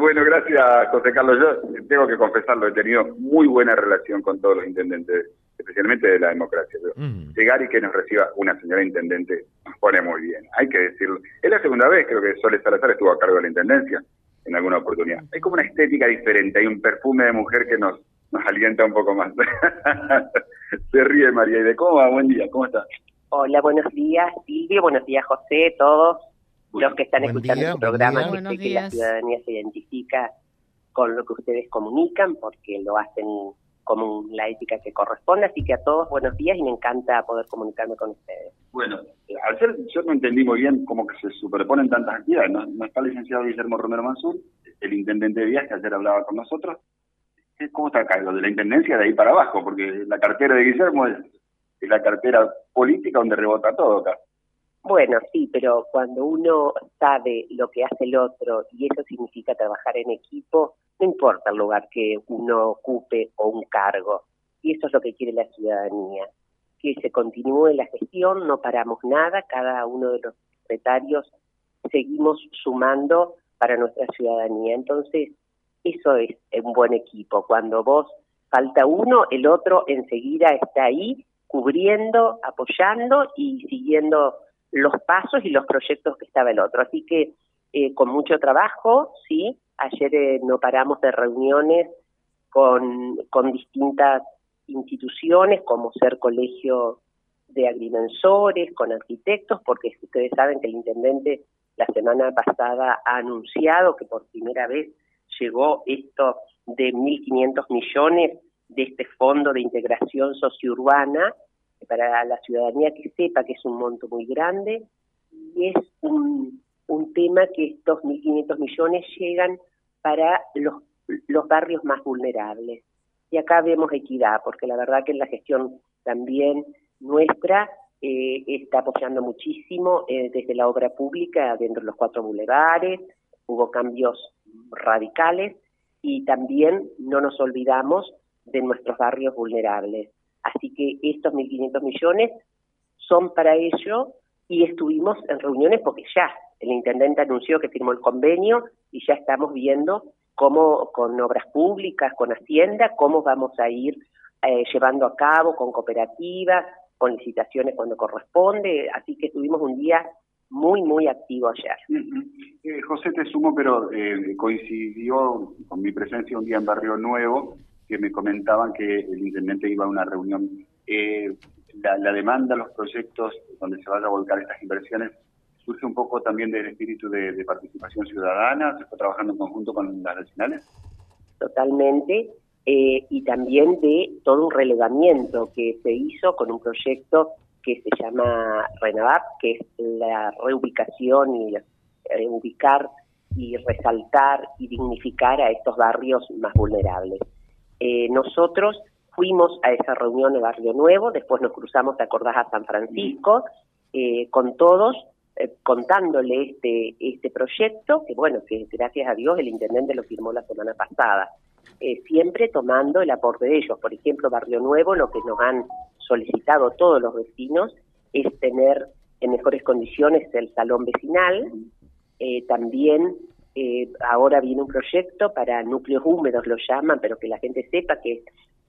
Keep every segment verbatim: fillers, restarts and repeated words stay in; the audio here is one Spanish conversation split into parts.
Bueno, gracias, José Carlos. Yo tengo que confesarlo, he tenido muy buena relación con todos los intendentes, especialmente de la democracia. Mm. Llegar y que nos reciba una señora intendente nos pone muy bien, hay que decirlo. Es la segunda vez, creo que Sole Salazar estuvo a cargo de la intendencia en alguna oportunidad. Hay como una estética diferente, hay un perfume de mujer que nos, nos alienta un poco más. Se ríe María. ¿Y de cómo va? Buen día, ¿cómo estás? Hola, buenos días, Silvio, buenos días, José, todos bueno, los que están escuchando día, este programa, que buenos sé que días. la ciudadanía se identifica con lo que ustedes comunican, porque lo hacen como la ética que corresponde, así que a todos buenos días y me encanta poder comunicarme con ustedes. Bueno, ayer yo no entendí muy bien cómo que se superponen tantas actividades, ¿no? No está el licenciado Guillermo Romero Mansur, el intendente de Vías, que ayer hablaba con nosotros. ¿Cómo está acá? Lo de la intendencia de ahí para abajo, porque la cartera de Guillermo es, es la cartera política donde rebota todo acá. Bueno, sí, pero cuando uno sabe lo que hace el otro y eso significa trabajar en equipo, no importa el lugar que uno ocupe o un cargo. Y eso es lo que quiere la ciudadanía, que se continúe la gestión, no paramos nada, cada uno de los secretarios seguimos sumando para nuestra ciudadanía. Entonces, eso es un buen equipo. Cuando vos falta uno, el otro enseguida está ahí, cubriendo, apoyando y siguiendo los pasos y los proyectos que estaba el otro. Así que eh, con mucho trabajo, sí, ayer eh, no paramos de reuniones con, con distintas instituciones, como ser colegio de agrimensores, con arquitectos, porque ustedes saben que el intendente la semana pasada ha anunciado que por primera vez llegó esto de mil quinientos millones de este fondo de integración sociourbana, para la ciudadanía que sepa que es un monto muy grande, y es un, un tema que estos mil quinientos millones llegan para los, los barrios más vulnerables. Y acá vemos equidad, porque la verdad que en la gestión también nuestra eh, está apoyando muchísimo eh, desde la obra pública dentro de los cuatro bulevares, hubo cambios radicales, y también no nos olvidamos de nuestros barrios vulnerables. Así que estos mil quinientos millones son para ello y estuvimos en reuniones porque ya el intendente anunció que firmó el convenio y ya estamos viendo cómo con obras públicas, con Hacienda, cómo vamos a ir eh, llevando a cabo con cooperativas, con licitaciones cuando corresponde. Así que tuvimos un día muy, muy activo ayer. Uh-huh. eh, José, te sumo, pero eh, coincidió con mi presencia un día en Barrio Nuevo, que me comentaban que el intendente iba a una reunión. Eh, la, la demanda, los proyectos donde se van a volcar estas inversiones, surge un poco también del espíritu de, de participación ciudadana, se está trabajando en conjunto con las vecinales. Totalmente, eh, y también de todo un relevamiento que se hizo con un proyecto que se llama RENAVAP, que es la reubicación y eh, ubicar y resaltar y dignificar a estos barrios más vulnerables. Eh, nosotros fuimos a esa reunión de Barrio Nuevo, después nos cruzamos, te acordás, a San Francisco, eh, con todos, eh, contándole este este proyecto, que bueno, que gracias a Dios el intendente lo firmó la semana pasada, eh, siempre tomando el aporte de ellos. Por ejemplo, Barrio Nuevo, lo que nos han solicitado todos los vecinos es tener en mejores condiciones el salón vecinal, eh, también Eh, ahora viene un proyecto para núcleos húmedos, lo llaman, pero que la gente sepa que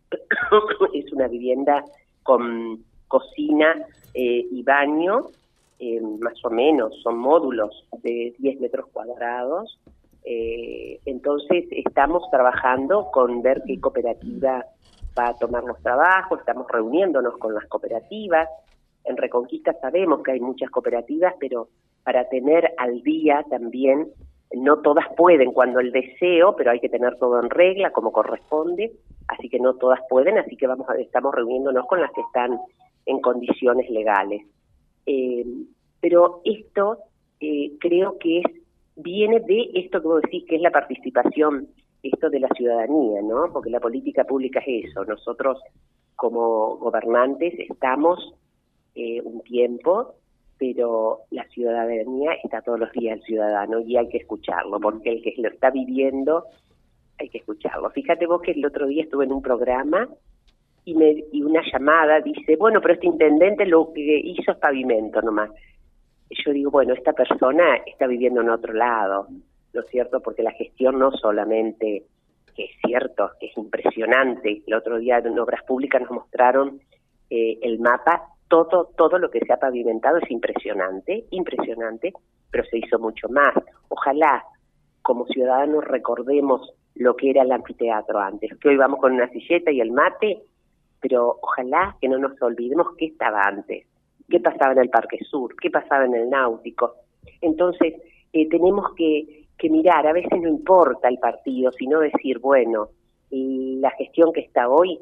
es una vivienda con cocina eh, y baño, eh, más o menos, son módulos de diez metros cuadrados. Eh, entonces estamos trabajando con ver qué cooperativa va a tomar los trabajos, estamos reuniéndonos con las cooperativas. En Reconquista sabemos que hay muchas cooperativas, pero para tener al día también, no todas pueden cuando el deseo, pero hay que tener todo en regla como corresponde, así que no todas pueden, así que vamos a, estamos reuniéndonos con las que están en condiciones legales. Eh, pero esto eh, creo que es viene de esto que vos decís, que es la participación, esto de la ciudadanía, ¿no? Porque la política pública es eso. Nosotros como gobernantes estamos eh, un tiempo, pero la ciudadanía está todos los días el ciudadano y hay que escucharlo, porque el que lo está viviendo hay que escucharlo. Fíjate vos que el otro día estuve en un programa y, me, y una llamada dice, bueno, pero este intendente lo que hizo es pavimento nomás. Y yo digo, bueno, esta persona está viviendo en otro lado, ¿no es cierto? Porque la gestión no solamente, que es cierto, que es impresionante, el otro día en Obras Públicas nos mostraron eh, el mapa, todo todo lo que se ha pavimentado es impresionante, impresionante, pero se hizo mucho más. Ojalá, como ciudadanos, recordemos lo que era el anfiteatro antes, que hoy vamos con una silleta y el mate, pero ojalá que no nos olvidemos qué estaba antes, qué pasaba en el Parque Sur, qué pasaba en el Náutico. Entonces, eh, tenemos que, que mirar, a veces no importa el partido, sino decir, bueno, la gestión que está hoy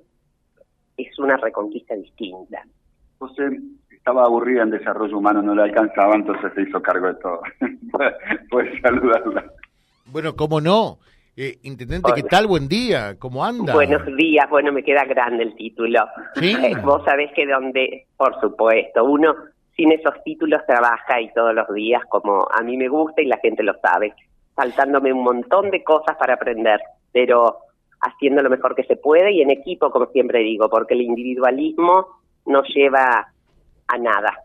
es una reconquista distinta. José estaba aburrida en desarrollo humano, no le alcanzaba, entonces se hizo cargo de todo. Puedes saludarla. Bueno, ¿cómo no? Eh, Intendente, ¿qué tal? Buen día, ¿cómo anda? Buenos días, bueno, me queda grande el título. ¿Sí? Eh, vos sabés que donde, por supuesto, uno sin esos títulos trabaja y todos los días como a mí me gusta y la gente lo sabe, faltándome un montón de cosas para aprender, pero haciendo lo mejor que se puede y en equipo, como siempre digo, porque el individualismo no lleva a nada.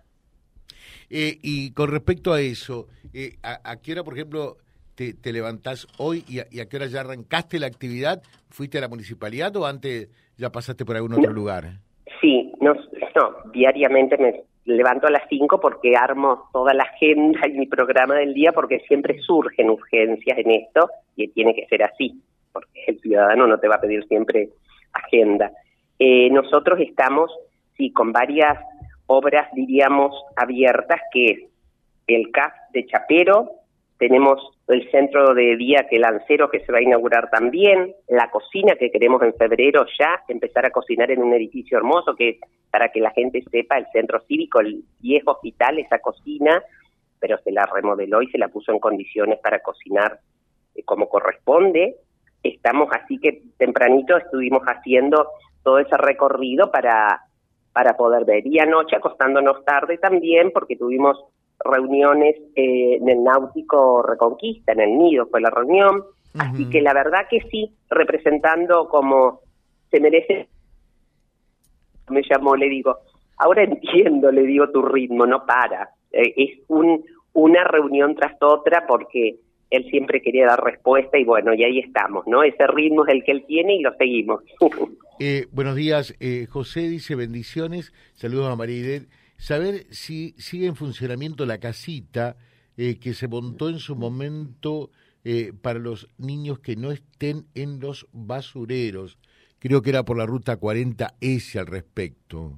Eh, y con respecto a eso, eh, a, ¿a qué hora, por ejemplo, te, te levantás hoy y a, y a qué hora ya arrancaste la actividad? ¿Fuiste a la municipalidad o antes ya pasaste por algún otro no, lugar? Sí, no, no, diariamente me levanto a las cinco porque armo toda la agenda y mi programa del día porque siempre surgen urgencias en esto y tiene que ser así, porque el ciudadano no te va a pedir siempre agenda. Eh, nosotros estamos, sí, con varias obras, diríamos, abiertas, que es el C A F de Chapero, tenemos el centro de día que Lancero que se va a inaugurar también, la cocina que queremos en febrero ya empezar a cocinar en un edificio hermoso que, para que la gente sepa, el centro cívico, el viejo hospital, esa cocina, pero se la remodeló y se la puso en condiciones para cocinar eh, como corresponde. Estamos así que tempranito estuvimos haciendo todo ese recorrido para, para poder ver. Y anoche acostándonos tarde también porque tuvimos reuniones eh, en el Náutico Reconquista, en el Nido fue la reunión, uh-huh. Así que la verdad que sí, representando como se merece. Me llamó, le digo, ahora entiendo, le digo, tu ritmo, no para, eh, es un una reunión tras otra porque él siempre quería dar respuesta y bueno, y ahí estamos, ¿no? Ese ritmo es el que él tiene y lo seguimos. eh, buenos días, eh, José dice bendiciones, saludos a María Idet. Saber si sigue en funcionamiento la casita eh, que se montó en su momento eh, para los niños que no estén en los basureros. Creo que era por la ruta cuarenta ese al respecto.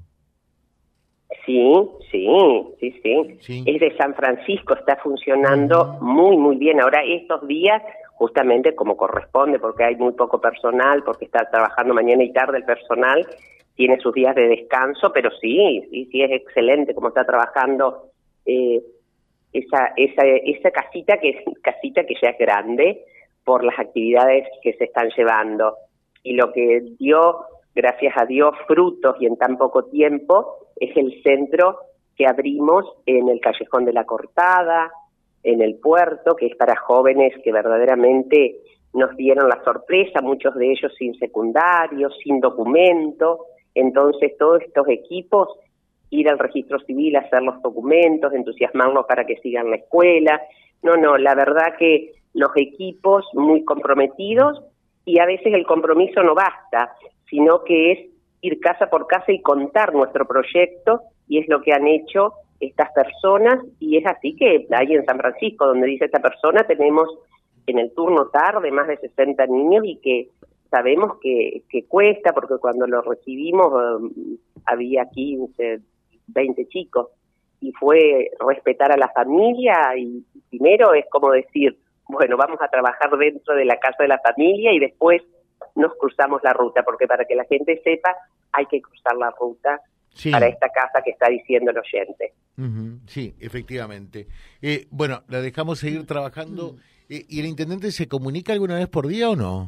Sí, sí, sí, sí, sí. Es de San Francisco, está funcionando uh-huh. muy, muy bien. Ahora estos días, justamente como corresponde, porque hay muy poco personal, porque está trabajando mañana y tarde el personal, tiene sus días de descanso, pero sí, sí, sí es excelente como está trabajando eh, esa, esa, esa casita que es casita que ya es grande por las actividades que se están llevando. Y lo que dio, gracias a Dios, frutos y en tan poco tiempo, es el centro que abrimos en el Callejón de la Cortada, en el puerto, que es para jóvenes que verdaderamente nos dieron la sorpresa, muchos de ellos sin secundario, sin documento. Entonces todos estos equipos, ir al registro civil, hacer los documentos, entusiasmarlos para que sigan la escuela. No, no, la verdad que los equipos muy comprometidos y a veces el compromiso no basta, sino que es ir casa por casa y contar nuestro proyecto y es lo que han hecho estas personas y es así que ahí en San Francisco, donde dice esta persona, tenemos en el turno tarde más de sesenta niños y que sabemos que, que cuesta, porque cuando lo recibimos um, había quince, veinte chicos, y fue respetar a la familia, y primero es como decir, bueno, vamos a trabajar dentro de la casa de la familia, y después nos cruzamos la ruta, porque para que la gente sepa, hay que cruzar la ruta sí. para esta casa que está diciendo el oyente. Uh-huh. Sí, efectivamente. Eh, bueno, la dejamos seguir trabajando, eh, ¿y el intendente se comunica alguna vez por día o no?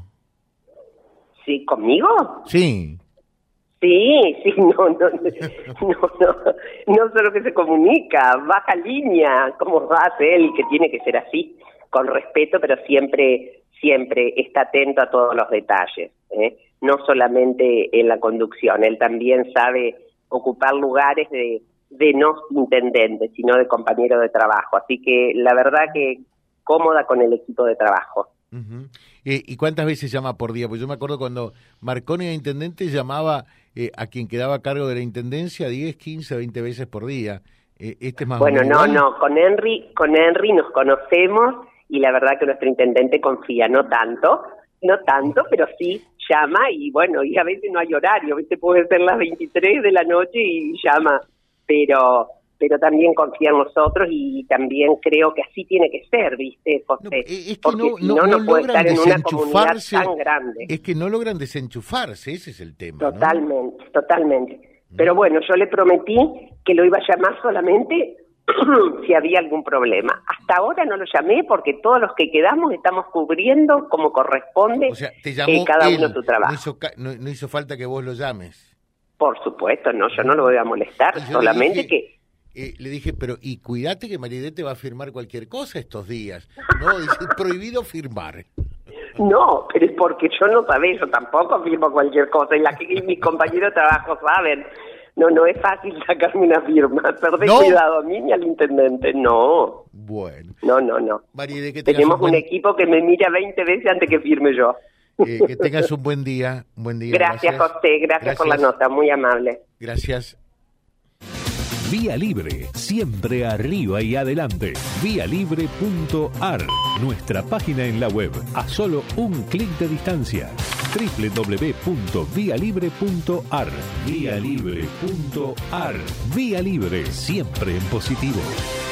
Sí, ¿conmigo? Sí. Sí, sí, no, no, no, no, no solo que se comunica, baja línea, como hace él, que tiene que ser así, con respeto, pero siempre, siempre está atento a todos los detalles, ¿eh? No solamente en la conducción, él también sabe ocupar lugares de, de no intendente, sino de compañero de trabajo, así que la verdad que cómoda con el equipo de trabajo. Uh-huh. eh, ¿Y cuántas veces llama por día? Pues yo me acuerdo cuando Marconi era intendente, llamaba eh, a quien quedaba a cargo de la intendencia diez, quince, veinte veces por día. Eh, este es más Bueno, no, igual. no, con Henry, con Henry nos conocemos y la verdad que nuestro intendente confía, no tanto, no tanto, pero sí llama y bueno, y a veces no hay horario, ¿viste? Puede ser las veintitrés de la noche y llama, pero pero también confía en nosotros y también creo que así tiene que ser, ¿viste, José? No, es que porque no, si no, no, no, no puede logran estar en una comunidad desenchufarse, tan grande. Es que no logran desenchufarse, ese es el tema. Totalmente, ¿no? totalmente. Pero bueno, yo le prometí que lo iba a llamar solamente si había algún problema. Hasta ahora no lo llamé porque todos los que quedamos estamos cubriendo como corresponde, o sea, te llamó eh, cada él, uno su trabajo. No hizo, no, no hizo falta que vos lo llames. Por supuesto, no, yo no lo voy a molestar, solamente dije, que... Eh, le dije, pero y cuídate que María Aidé te va a firmar cualquier cosa estos días. No, dice, prohibido firmar. No, pero es porque yo no sabía, yo tampoco firmo cualquier cosa, y, la que, y mis compañeros de trabajo saben. No, no es fácil sacarme una firma. Perdé ¿No? cuidado a mí ni al intendente. No. Bueno. No, no, no. María Aidé, que tenemos un, un buen... equipo que me mira veinte veces antes que firme yo. Eh, que tengas un buen día. Un buen día. Gracias, gracias. José. Gracias, gracias por la nota. Muy amable. Gracias. Vía Libre, siempre arriba y adelante. vía libre punto a r, nuestra página en la web, a solo un clic de distancia. doble u doble u doble u punto vía libre punto a r. vía libre punto a r. Vía Libre, siempre en positivo.